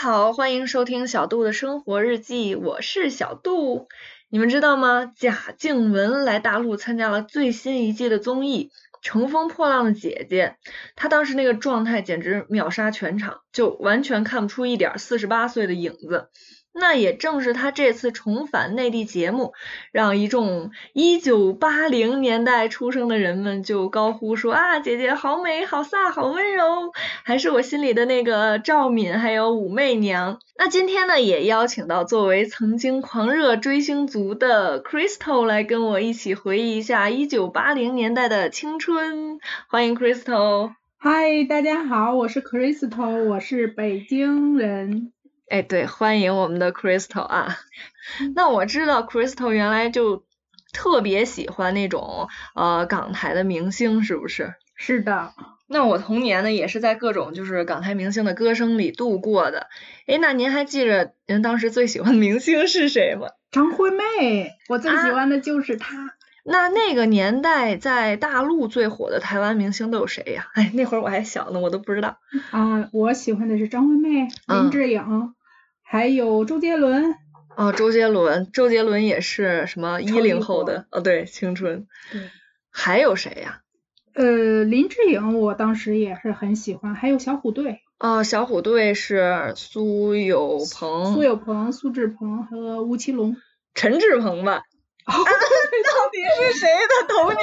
好，欢迎收听小杜的生活日记，我是小杜。你们知道吗？贾静雯来大陆参加了最新一季的综艺《乘风破浪的姐姐》，她当时那个状态简直秒杀全场，就完全看不出一点48岁的影子。那也正是她这次重返内地节目，让一众1980年代出生的人们就高呼说啊，姐姐好美好飒好温柔，还是我心里的那个赵敏还有武媚娘。那今天呢，也邀请到作为曾经狂热追星族的 Crystal 来跟我一起回忆一下1980年代的青春。欢迎 Crystal。 嗨，大家好，我是 Crystal， 我是北京人。 哎，对，欢迎我们的 Crystal 啊。那我知道 Crystal 原来就特别喜欢那种港台的明星，是不是？ 是的。 那我童年呢也是在各种就是港台明星的歌声里度过的。哎，那您还记着您当时最喜欢的明星是谁吗？ 张惠妹，我最喜欢的就是她。 那个年代在大陆最火的台湾明星都有谁呀？哎，那会儿我还小呢，我都不知道。 我喜欢的是张惠妹、林志颖，还有周杰伦。 周杰伦也是什么10后的对，青春。 对。 还有谁呀？ 林志颖我当时也是很喜欢，还有小虎队。 小虎队是苏有朋、 苏志鹏和吴奇隆。 陈志朋吧。到底是谁的童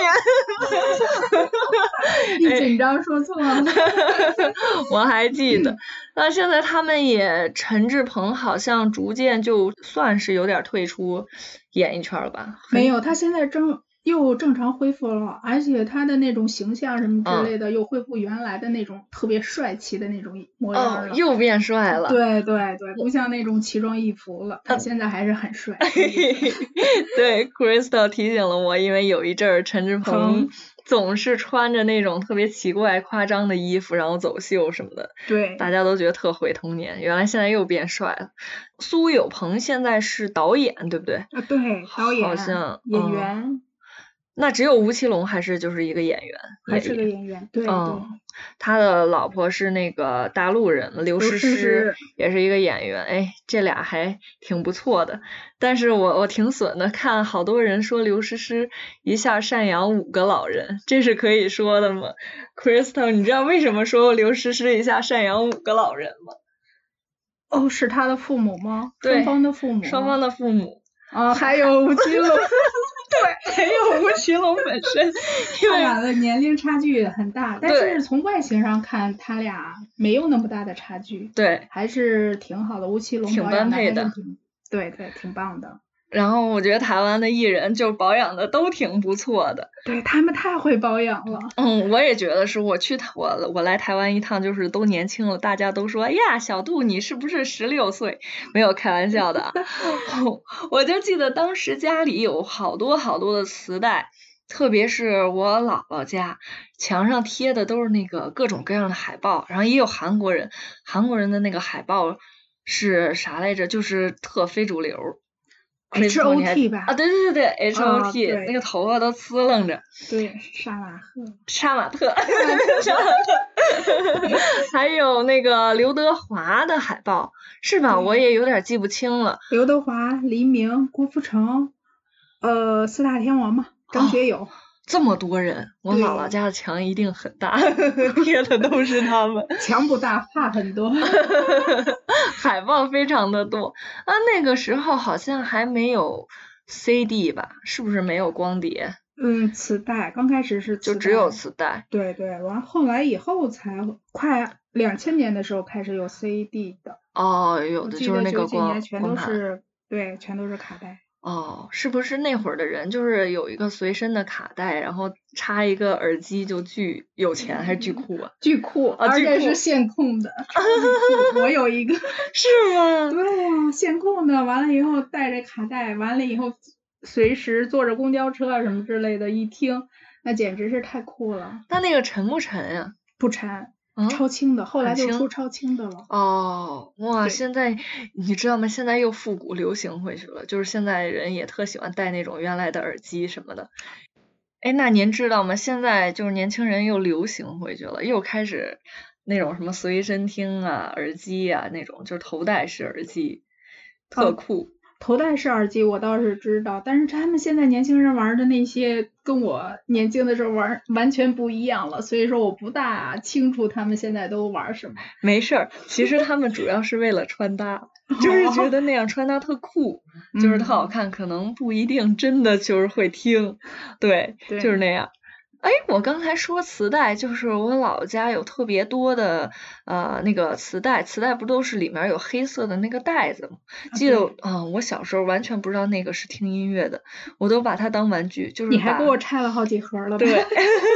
年？一紧张说错了。 我还记得。那现在他们陈志朋好像逐渐就算是有点退出演艺圈了吧？ 没有，他现在又正常恢复了，而且他的那种形象什么之类的又恢复原来的那种特别帅气的那种模样了。 又变帅了。 对，不像那种奇装异服了，他现在还是很帅。 对 ，Crystal 提醒了我，因为有一阵儿陈志朋总是穿着那种特别奇怪夸张的衣服然后走秀什么的。 对， 大家都觉得特回童年，原来现在又变帅了。苏有朋现在是导演对不对？ 对，导演好像演员。 那只有吴奇隆还是就是一个演员？ 还是个演员，对。 他的老婆是那个大陆人刘诗诗，也是一个演员。哎，这俩还挺不错的。但是我挺损的，看好多人说刘诗诗一下赡养5个老人，这是可以说的吗 ？Crystal， 你知道为什么说刘诗诗一下赡养5个老人吗？ 是他的父母吗？ 对， 双方的父母。还有吴奇隆。 对，还有吴奇隆本身， 他俩的年龄差距很大，但是从外形上看，他俩没有那么大的差距。 对， 还是挺好的。吴奇隆挺般配的， 对，挺棒的。 然后我觉得台湾的艺人就保养的都挺不错的。 对，他们太会保养了。 我也觉得是。我来台湾一趟，就是都年轻了，大家都说，哎呀，小杜你是不是16岁？没有开玩笑的。我就记得当时家里有好多的磁带，特别是我姥姥家，墙上贴的都是那个各种各样的海报，然后也有韩国人的那个海报是啥来着？就是特非主流。 HOT 吧？ 对，HOT，那个头发都呲楞着。 对，杀马特。 还有那个刘德华的海报是吧？我也有点记不清了。 刘德华、黎明、郭富城，4大天王嘛，张学友。 这么多人，我姥姥家的墙一定很大，贴的都是他们。 墙不大，话很多。 海报非常的多。那个时候好像还没有 CD 吧？是不是没有光碟？ 磁带，刚开始是磁带， 就只有磁带。 对，完后来以后才快2000年的时候开始有 CD 的。 有的就是那个光盘。 全都是卡带。 是不是那会儿的人就是有一个随身的卡带，然后插一个耳机就巨有钱，还是巨酷啊？ 巨酷，而且是线控的。我有一个。 是吗？ 对呀，线控的，完了以后带着卡带，完了以后随时坐着公交车什么之类的，一听那简直是太酷了。 那个沉不沉呀？ 不沉。超轻的，后来就出超轻的了。 哇，现在你知道吗？现在又复古流行回去了，就是现在人也特喜欢戴那种原来的耳机什么的。哎，那您知道吗？现在就是年轻人又流行回去了，又开始那种什么随身听啊、耳机啊那种，就是头戴式耳机，特酷。 头戴式耳机我倒是知道，但是他们现在年轻人玩的那些跟我年轻的时候玩完全不一样了，所以说我不大清楚他们现在都玩什么。 没事儿，其实他们主要是为了穿搭，就是觉得那样穿搭特酷，就是特好看，可能不一定真的就是会听，对，就是那样。哎，我刚才说磁带，就是我老家有特别多的那个磁带不都是里面有黑色的那个袋子吗？记得我小时候完全不知道那个是听音乐的，我都把它当玩具，就是你还给我拆了好几盒了吧？ 对，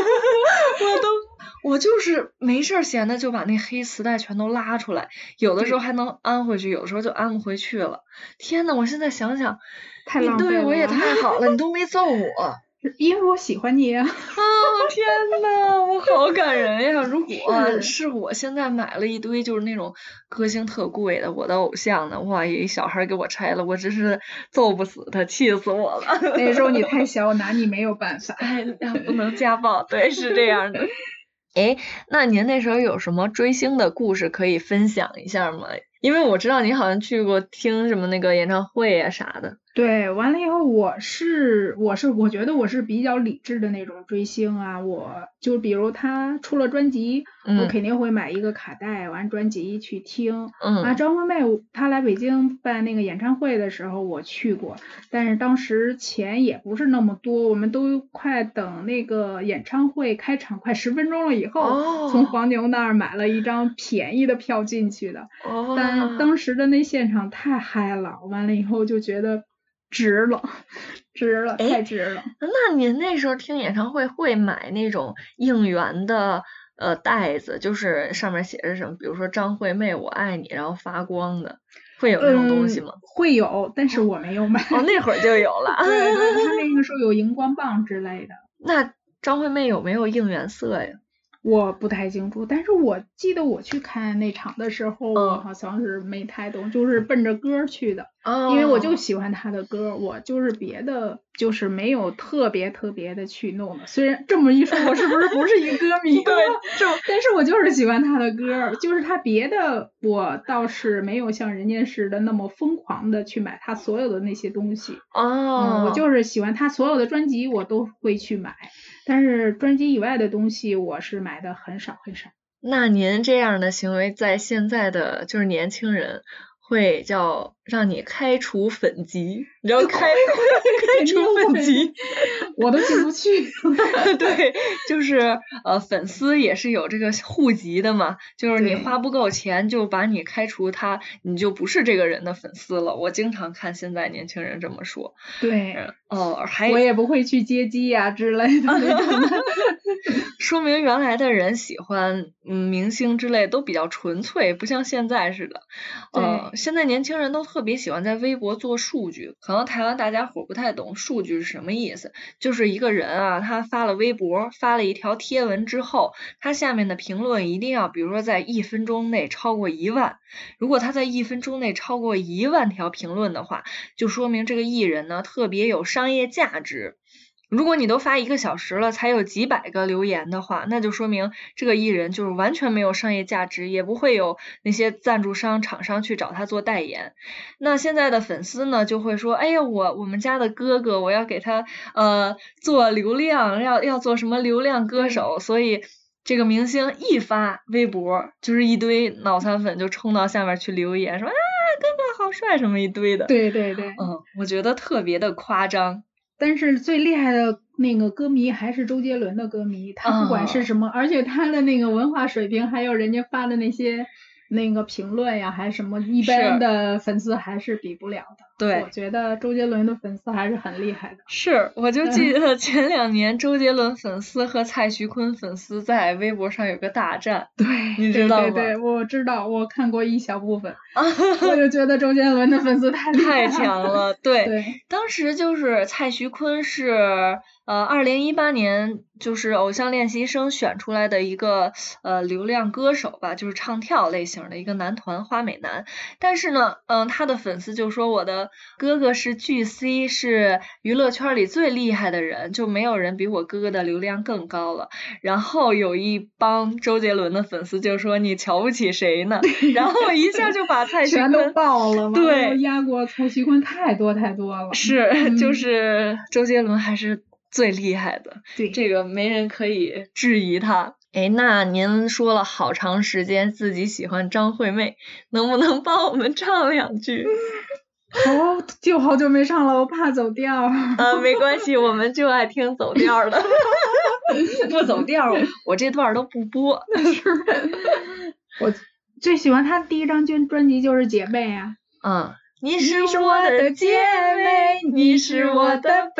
我就是没事闲的就把那黑磁带全都拉出来，有的时候还能安回去，有的时候就安不回去了。天呐，我现在想想， 太浪费了， 你对我也太好了，你都没揍我。 因为我喜欢你啊！ 天呐，我好感人呀！如果是我现在买了一堆就是那种歌星特贵的我的偶像的，哇，一小孩给我拆了，我真是揍不死他，气死我了。 那时候你太小，我拿你没有办法。 哎，不能家暴，对，是这样的。哎，那您那时候有什么追星的故事可以分享一下吗？因为我知道你好像去过听什么那个演唱会啊啥的。 对，完了以后我觉得我是比较理智的那种追星啊，我就比如他出了专辑，我肯定会买一个卡带，完专辑去听。张惠妹她来北京办那个演唱会的时候我去过，但是当时钱也不是那么多，我们都快等那个演唱会开场快10分钟了以后，从黄牛那儿买了一张便宜的票进去的。但当时的那现场太嗨了，完了以后就觉得值了，太值了。 那您那时候听演唱会会买那种应援的袋子，就是上面写着什么，比如说张惠妹我爱你，然后发光的，会有那种东西吗？ 会有，但是我没有买。 那会儿就有了。 对，他那个时候有荧光棒之类的。 那张惠妹有没有应援色呀？ 我不太清楚，但是我记得我去看那场的时候，我好像是没太懂，就是奔着歌去的。因为我就喜欢他的歌，我就是别的就是没有特别的去弄的。虽然这么一说，我是不是一歌迷？ 对， 但是我就是喜欢他的歌，就是他别的我倒是没有像人家似的那么疯狂的去买他所有的那些东西。我就是喜欢他所有的专辑，我都会去买。但是专辑以外的东西我是买的很少。 那您这样的行为在现在的就是年轻人会叫让你开除粉籍，你知道开除粉籍我都进不去。 对，就是粉丝也是有这个户籍的嘛，就是你花不够钱就把你开除他，你就不是这个人的粉丝了。我经常看现在年轻人这么说。 对， 还我也不会去接机呀之类的。 说明原来的人喜欢明星之类都比较纯粹，不像现在似的。现在年轻人都特别喜欢在微博做数据，可能台湾大家伙不太懂数据是什么意思，就是一个人啊，他发了微博，发了一条贴文之后，他下面的评论一定要比如说在1分钟内超过1万，如果他在1分钟内超过1万条评论的话，就说明这个艺人呢特别有商业价值。如果你都发1个小时了才有几百个留言的话，那就说明这个艺人就是完全没有商业价值，也不会有那些赞助商厂商去找他做代言。那现在的粉丝呢就会说，哎呀我们家的哥哥，我要给他做流量，要做什么流量歌手，所以这个明星一发微博就是一堆脑残粉就冲到下面去留言说啊哥哥好帅什么一堆的。 对， 我觉得特别的夸张。 但是最厉害的那个歌迷还是周杰伦的歌迷，他不管是什么，而且他的那个文化水平，还有人家发的那些那个评论呀，还是什么，一般的粉丝还是比不了的。 对， 我觉得周杰伦的粉丝还是很厉害的。 是，我就记得前2年周杰伦粉丝和蔡徐坤粉丝在微博上有个大战。 对， 你知道吗？ 对，我知道，我看过一小部分。我就觉得周杰伦的粉丝太强了。对，当时就是蔡徐坤是 2018年就是偶像练习生选出来的一个流量歌手吧，就是唱跳类型的一个男团花美男。但是呢，他的粉丝就说我的哥哥是巨 C， 是娱乐圈里最厉害的人，就没有人比我哥哥的流量更高了。然后有一帮周杰伦的粉丝就说你瞧不起谁呢？然后一下就把蔡徐坤全都爆了， 对， 压过蔡徐坤太多了。 是，就是周杰伦还是最厉害的， 对， 这个没人可以质疑他。哎，那您说了好长时间自己喜欢张惠妹，能不能帮我们唱2句？ 好久没唱了，我怕走调。 没关系，我们就爱听走调的。不走调，我这段都不播。 我最喜欢他第一张专辑就是《姐妹》啊。 你是我的姐妹，你是我的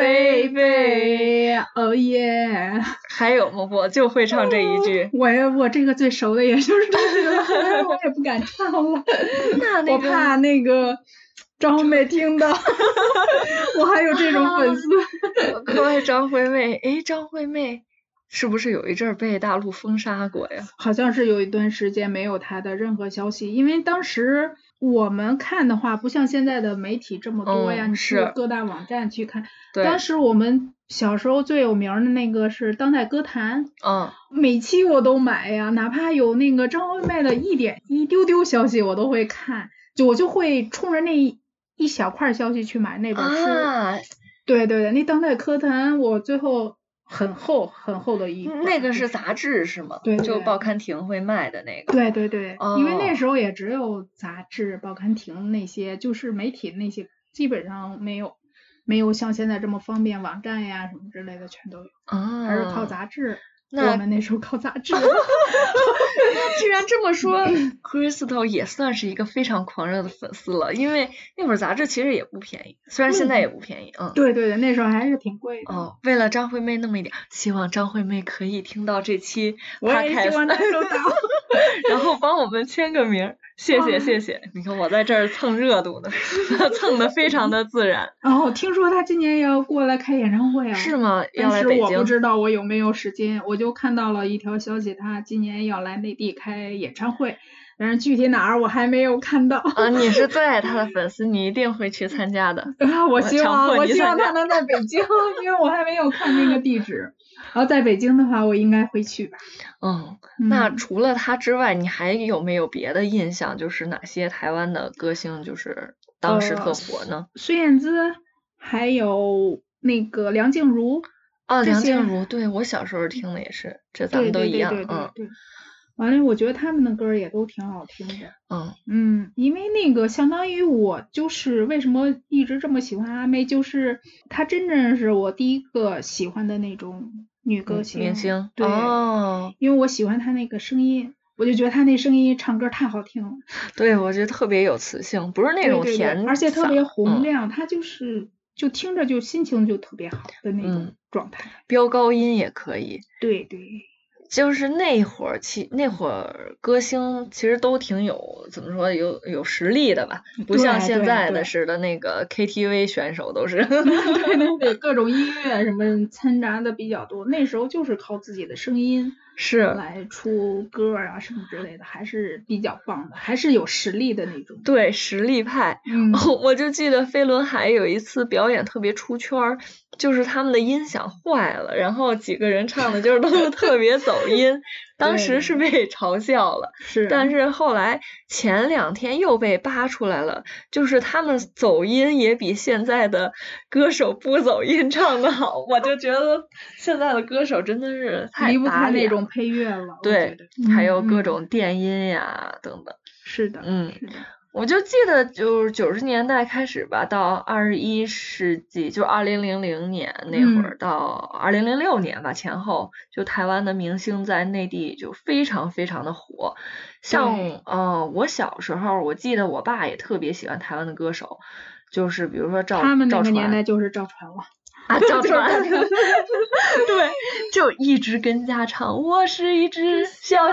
baby， 哦耶！ 还有吗？我就会唱这一句。 我这个最熟的也就是这句了，我也不敢唱了。我怕那个张惠妹听到。我还有这种粉丝。 可爱张惠妹，张惠妹是不是有一阵被大陆封杀过呀？ 好像是有一段时间没有她的任何消息，因为当时我们看的话不像现在的媒体这么多呀，你去各大网站去看。当时我们小时候最有名的那个是当代歌坛，每期我都买呀，哪怕有那个张惠妹的一丢丢消息我都会看，我就会冲着那一小块消息去买那本书。对，那当代歌坛我最后很厚的一本， 那个是杂志是吗？ 对， 就报刊亭会卖的那个。 对，因为那时候也只有杂志、报刊亭那些，就是媒体那些基本上没有像现在这么方便，网站呀什么之类的全都有，还是靠杂志。我们那时候靠杂志。 既然这么说，Crystal 也算是一个非常狂热的粉丝了，因为那会儿杂志其实也不便宜，虽然现在也不便宜。 对，那时候还是挺贵的。 为了张惠妹那么一点，希望张惠妹可以听到这期 podcast， 我也希望她收到。 然后帮我们签个名，谢谢。你看我在这儿蹭热度呢，蹭的非常的自然。 听说她今年要过来开演唱会啊？ 是吗？要来北京？ 但是我不知道我有没有时间，我就看到了一条消息，她今年要来内地开演唱会，但是具体哪儿我还没有看到。 你是最爱她的粉丝，你一定会去参加的。 我希望她能在北京，因为我还没有看那个地址。然后在北京的话，我应该会去吧。 那除了她之外，你还有没有别的印象？就是哪些台湾的歌星就是当时特火呢？ 孙燕姿，还有那个梁静茹。 梁静茹，对，我小时候听的也是，这咱们都一样。 对。完了，我觉得他们的歌也都挺好听的。因为那个相当于我就是为什么一直这么喜欢阿妹，就是她真正是我第一个喜欢的那种女歌星明星。 对，因为我喜欢她那个声音，我就觉得她那声音唱歌太好听了。 对，我觉得特别有磁性，不是那种甜， 而且特别洪亮，她就听着就心情就特别好的那种状态。 飙高音也可以。 对。 就是那会儿歌星其实都挺有怎么说有实力的吧，不像现在的似的那个 KTV 选手都是。 对，各种音乐什么掺杂的比较多，那时候就是靠自己的声音来出歌啊什么之类的，还是比较棒的，还是有实力的那种。 对，实力派。我就记得飞轮海有一次表演特别出圈，就是他们的音响坏了，然后几个人唱的就是都特别走音，当时是被嘲笑了。但是后来前2天又被扒出来了，就是他们走音也比现在的歌手不走音唱的好。我就觉得现在的歌手真的是太离不开那种配乐了。 对，还有各种电音呀等等。 是的。 我就记得就是90年代开始吧，到21世纪，就2000年那会儿到2006年吧前后，就台湾的明星在内地就非常非常的火。像我小时候，我记得我爸也特别喜欢台湾的歌手，就是比如说他们那个年代就是赵传了。 赵传。对，就一直跟家唱，我是一只小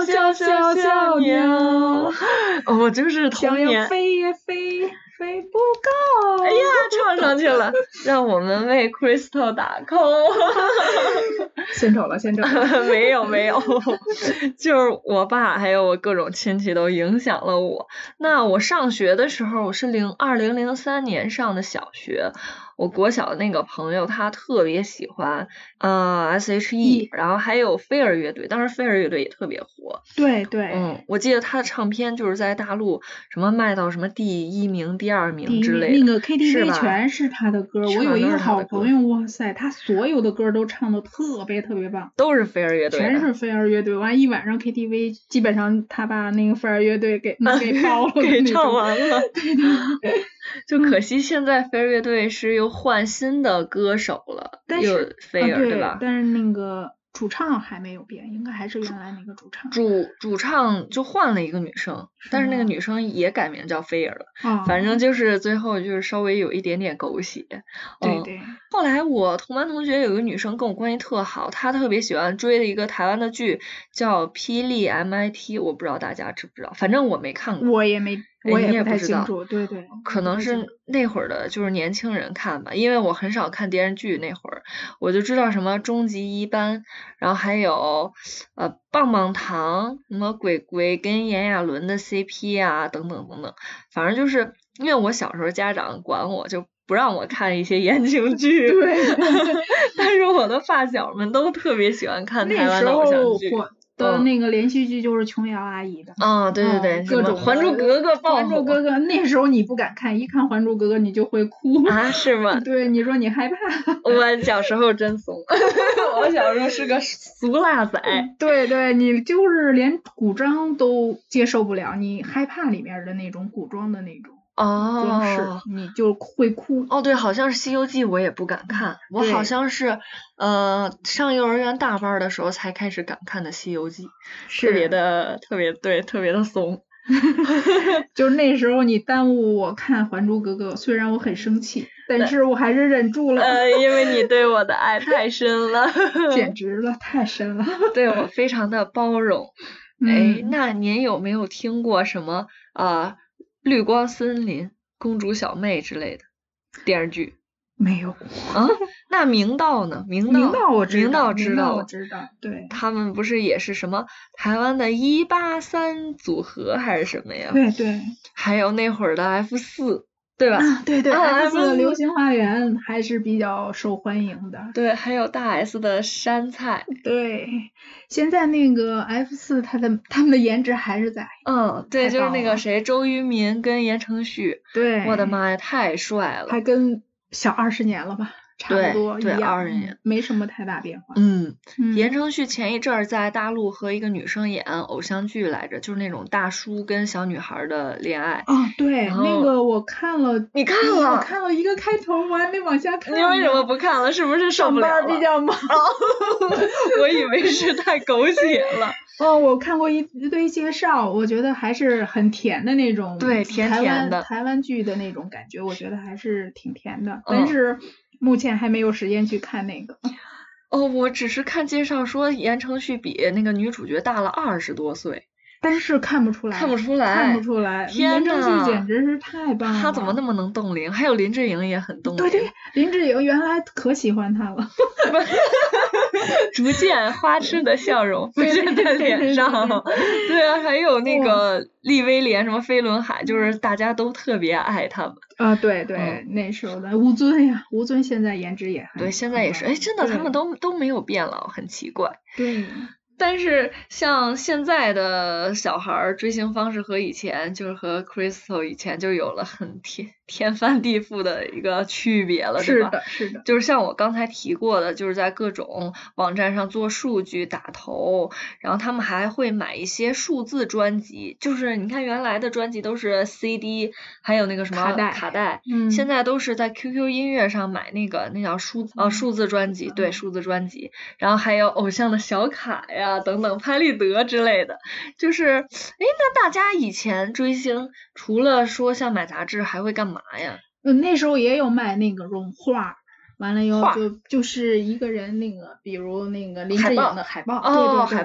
鸟。我就是童年。 想要飞也飞不高。 哎呀，唱放上去了，让我们为 Crystal 打 call。 献丑了。 没有，就是我爸还有我各种亲戚都影响了我。那我上学的时候，我是2003年上的小学。我国小的那个朋友他特别喜欢S.H.E， 然后还有飞儿乐队，当时飞儿乐队也特别火。 对， 我记得他的唱片就是在大陆什么卖到什么第1名、第2名之类的， 那个 KTV 全是他的歌。我有一个好朋友，哇塞，他所有的歌都唱的特别棒， 都是飞儿乐队， 全是飞儿乐队。完一晚上 KTV 基本上他把那个飞儿乐队给包了， 给唱完了。 对。 就可惜现在飞儿乐队是又换新的歌手了，又飞儿，对吧？ 但是那个主唱还没有变，应该还是原来那个主唱。 主唱就换了一个女生，但是那个女生也改名叫飞儿了。反正就是最后就是稍微有一点点狗血。 对。 后来我同班同学有个女生跟我关系特好，她特别喜欢追的一个台湾的剧叫《霹雳 MIT》，我不知道大家知不知道，反正我没看过。 我也不太清楚。对， 可能是那会儿的就是年轻人看吧，因为我很少看电视剧，那会儿我就知道什么终极一班，然后还有棒棒糖，什么鬼鬼跟炎亚纶的 CP 啊等等，反正就是因为我小时候家长管我就不让我看一些言情剧， 对但是我的发小们都特别喜欢看台湾的偶像剧。 的那个连续剧就是琼瑶阿姨的。 对， 各种还珠格格爆火。 还珠格格那时候你不敢看，一看还珠格格你就会哭啊？是吗？ 对，你说你害怕。 我小时候真怂，我小时候是个俗辣仔。 对，你就是连古装都接受不了，你害怕里面的那种古装的那种。装饰你就会哭。 对，好像是《西游记》，我也不敢看。我好像是上幼儿园大班的时候才开始敢看的《西游记》，特别的怂。 就是那时候你耽误我看《还珠格格》，虽然我很生气，但是我还是忍住了。 因为你对我的爱太深了。 简直了，太深了。 对我非常的包容。那您有没有听过什么绿光森林、公主小妹之类的电视剧？ 没有。 那明道呢？明道我知道。对， 他们不是也是什么台湾的183组合还是什么呀？ 对。 还有那会儿的 F4，对吧？ 对，F4 的流星花园还是比较受欢迎的。 对，还有大 S 的山菜。 对，现在那个 F4 他们的颜值还是在。 对，就是那个谁，周渝民跟言承旭。 对， 我的妈呀，太帅了。 还跟小20年了吧？差不多一样。 对，20年， 没什么太大变化。 言承旭前一阵儿在大陆和一个女生演偶像剧来着，就是那种大叔跟小女孩的恋爱。 对，那个我看了。 你看了？ 我看了一个开头，我还没往下看。 你为什么不看了？是不是受不了了？ 上班比较忙。 我以为是太狗血了。 我看过一堆介绍，我觉得还是很甜的那种。 对，甜的台湾剧的那种感觉，我觉得还是挺甜的。但是目前还没有时间去看那个。 我只是看介绍说言承旭比那个女主角大了20多岁。 但是看不出来。 天哪， 言承旭简直是太棒了。 他怎么那么能冻龄？还有林志颖也很冻龄。 对，林志颖原来可喜欢他了。 逐渐花痴的笑容浮现在脸上。对啊，还有那个利威廉什么飞轮海，就是大家都特别爱他们。 对，那时候的吴尊呀，吴尊现在颜值也很。 对，现在也是。真的他们都没有变老，很奇怪。 对。 但是像现在的小孩追星方式和以前就是和 Crystal 以前就有了很天翻地覆的一个区别了，对吧？ 是的。 就是像我刚才提过的，就是在各种网站上做数据打头，然后他们还会买一些数字专辑，就是你看原来的专辑都是 CD， 还有那个什么卡带，现在都是在 QQ 音乐上买那叫数字专辑，对，数字专辑，然后还有偶像的小卡呀等等，拍立得之类的。就是那大家以前追星除了说像买杂志还会干嘛呀？ 那时候也有卖那个绒画，完了以后就是一个人那个，比如那个林志颖的海报。对， 海报。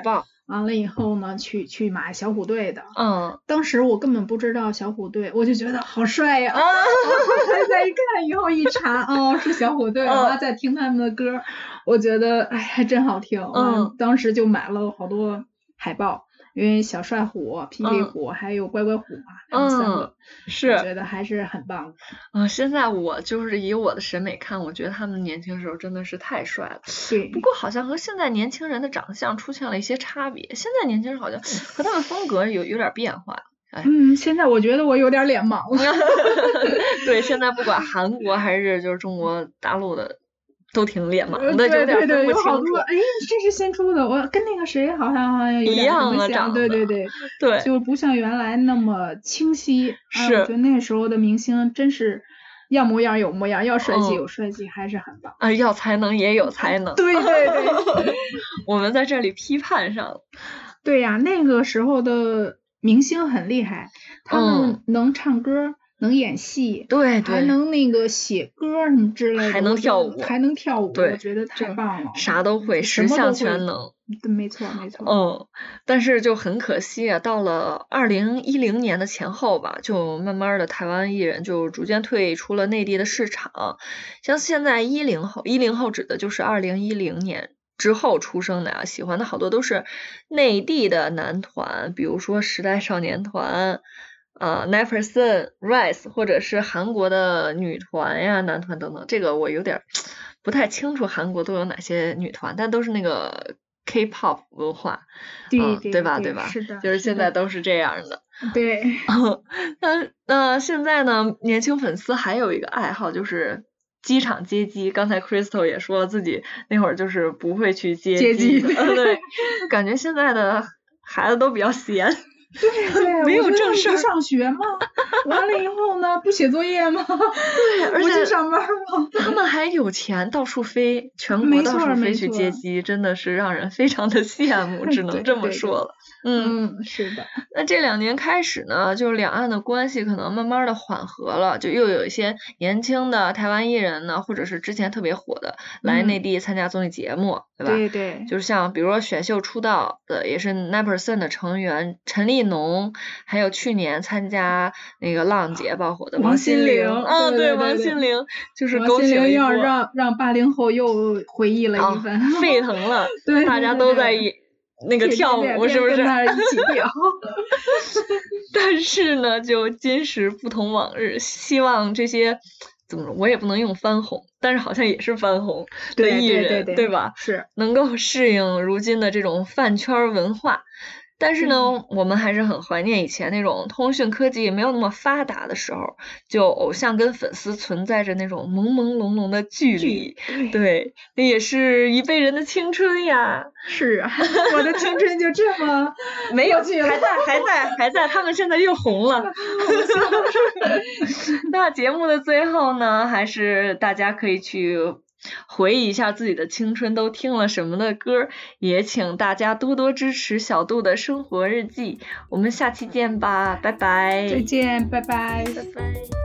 完了以后呢去买小虎队的。当时我根本不知道小虎队，我就觉得好帅呀。再一看以后一查，是小虎队，然后再听他们的歌，我觉得哎还真好听。当时就买了好多海报。因为小帅虎、霹雳虎还有乖乖虎嘛，他们3个， 是我觉得还是很棒的。现在我就是以我的审美看，我觉得他们年轻时候真的是太帅了。 对。 不过好像和现在年轻人的长相出现了一些差别，现在年轻人好像和他们风格有点变化。 现在我觉得我有点脸盲了。 对，现在不管韩国还是就是中国大陆的。都挺脸盲的， 对有点有好多，这是新出的，我跟那个谁好像有点像，对，就不像原来那么清晰。 是， 我觉得那时候的明星真是要模样有模样，要帅气有帅气，还是很棒。 要才能也有才能。 对。 我们在这里批判上了。 对呀，那个时候的明星很厉害，他们能唱歌。能演戏， 对， 还能那个写歌什么之类的， 还能跳舞， 对，我觉得太棒了， 啥都会，十项全能。 对，没错。 但是就很可惜啊，到了2010年的前后吧，就慢慢的台湾艺人就逐渐退出了内地的市场。像现在10后指的就是2010年之后出生的啊，喜欢的好多都是内地的男团，比如说时代少年团。9%、Rise 或者是韩国的女团呀、男团等等，这个我有点不太清楚韩国都有哪些女团，但都是那个 K-pop 文化，对吧？ 是的， 就是现在都是这样的。 对。 那现在呢，年轻粉丝还有一个爱好就是机场接机。刚才 Crystal 也说自己那会儿就是不会去接机的，对，感觉现在的孩子都比较闲。 对， 没有正事， 不上学吗？完了以后呢，不写作业吗？ 对，而且不去上班吗？ 他们还有钱，到处飞，全国到处飞去接机，真的是让人非常的羡慕，只能这么说了。 是的。 那这2年开始呢，就两岸的关系可能慢慢的缓和了，就又有一些年轻的台湾艺人呢，或者是之前特别火的来内地参加综艺节目，对吧？ 对。 就是像比如说选秀出道的，也是 9% 的成员陈立农，还有去年参加那个浪姐爆火的王心凌。对，王心凌就是勾起了一波， 让80后又回忆了一番， 沸腾了。 对， 大家都在那个跳舞，是不是？ 跟他一起跳。 但是呢，就今时不同往日，希望这些怎么说，我也不能用翻红，但是好像也是翻红的艺人，对吧？ 是能够适应如今的这种饭圈文化。但是呢，我们还是很怀念以前那种通讯科技没有那么发达的时候，就偶像跟粉丝存在着那种朦朦胧胧的距离。对，那也是一辈人的青春呀。 是啊，我的青春就这么没有，还在，他们现在又红了。那节目的最后呢，还是大家可以去回忆一下自己的青春都听了什么的歌，也请大家多多支持小杜的生活日记。我们下期见吧，拜拜。 再见，拜拜。 拜拜。